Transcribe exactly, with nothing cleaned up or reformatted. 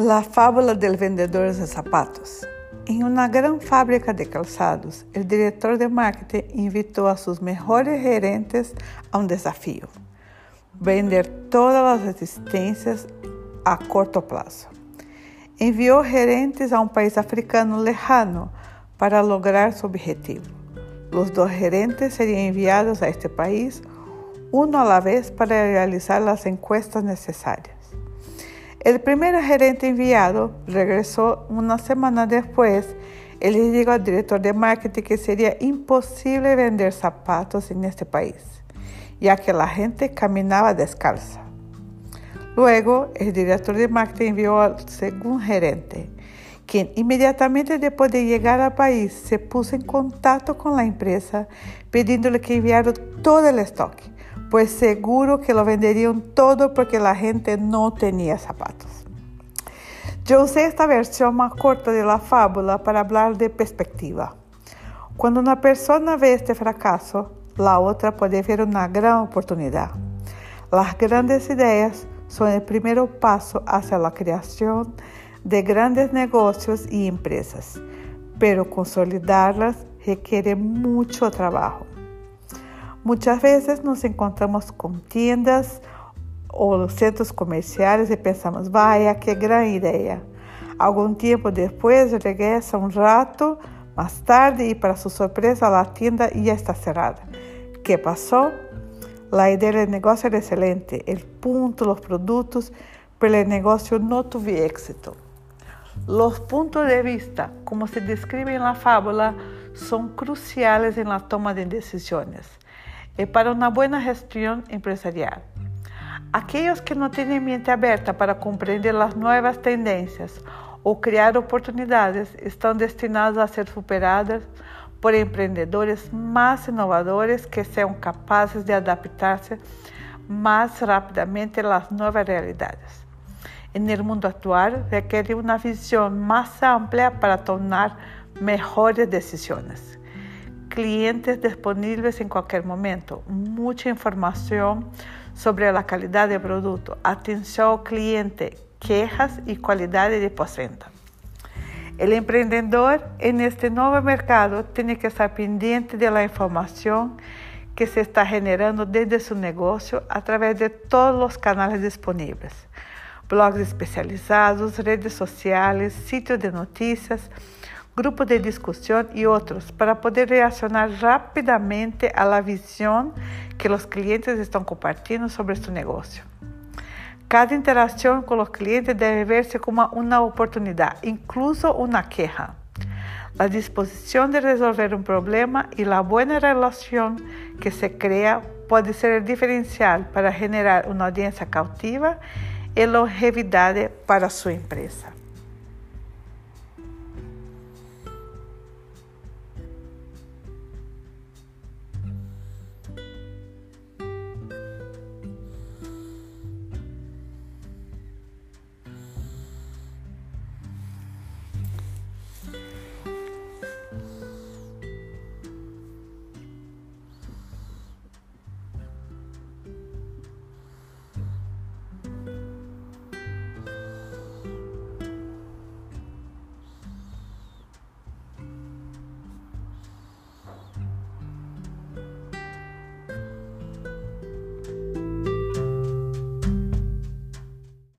La fábula del vendedor de zapatos. En una gran fábrica de calzados, el director de marketing invitó a sus mejores gerentes a un desafío: vender todas las existencias a corto plazo. Envió gerentes a un país africano lejano para lograr su objetivo. Los dos gerentes serían enviados a este país, uno a la vez, para realizar las encuestas necesarias. El primer gerente enviado regresó una semana después y le dijo al director de marketing que sería imposible vender zapatos en este país, ya que la gente caminaba descalza. Luego, el director de marketing envió al segundo gerente, quien inmediatamente después de llegar al país se puso en contacto con la empresa pidiéndole que enviara todo el stock, pues seguro que lo venderían todo porque la gente no tenía zapatos. Yo usé esta versión más corta de la fábula para hablar de perspectiva. Cuando una persona ve este fracaso, la otra puede ver una gran oportunidad. Las grandes ideas son el primer paso hacia la creación de grandes negocios y empresas, pero consolidarlas requiere mucho trabajo. Muchas veces nos encontramos con tiendas o centros comerciales y pensamos, vaya, qué gran idea. Algún tiempo después regresa un rato más tarde y para su sorpresa la tienda ya está cerrada. ¿Qué pasó? La idea del negocio era excelente, el punto, los productos, pero el negocio no tuvo éxito. Los puntos de vista, como se describe en la fábula, son cruciales en la toma de decisiones y para una buena gestión empresarial. Aquellos que no tienen mente abierta para comprender las nuevas tendencias o crear oportunidades están destinados a ser superadas por emprendedores más innovadores que sean capaces de adaptarse más rápidamente a las nuevas realidades. En el mundo actual requiere una visión más amplia para tomar mejores decisiones. Clientes disponibles en cualquier momento, mucha información sobre la calidad del producto, atención al cliente, quejas y calidad de postventa. El emprendedor en este nuevo mercado tiene que estar pendiente de la información que se está generando desde su negocio a través de todos los canales disponibles: blogs especializados, redes sociales, sitios de noticias, grupos de discusión y otros, para poder reaccionar rápidamente a la visión que los clientes están compartiendo sobre su negocio. Cada interacción con los clientes debe verse como una oportunidad, incluso una queja. La disposición de resolver un problema y la buena relación que se crea puede ser el diferencial para generar una audiencia cautiva y longevidad para su empresa.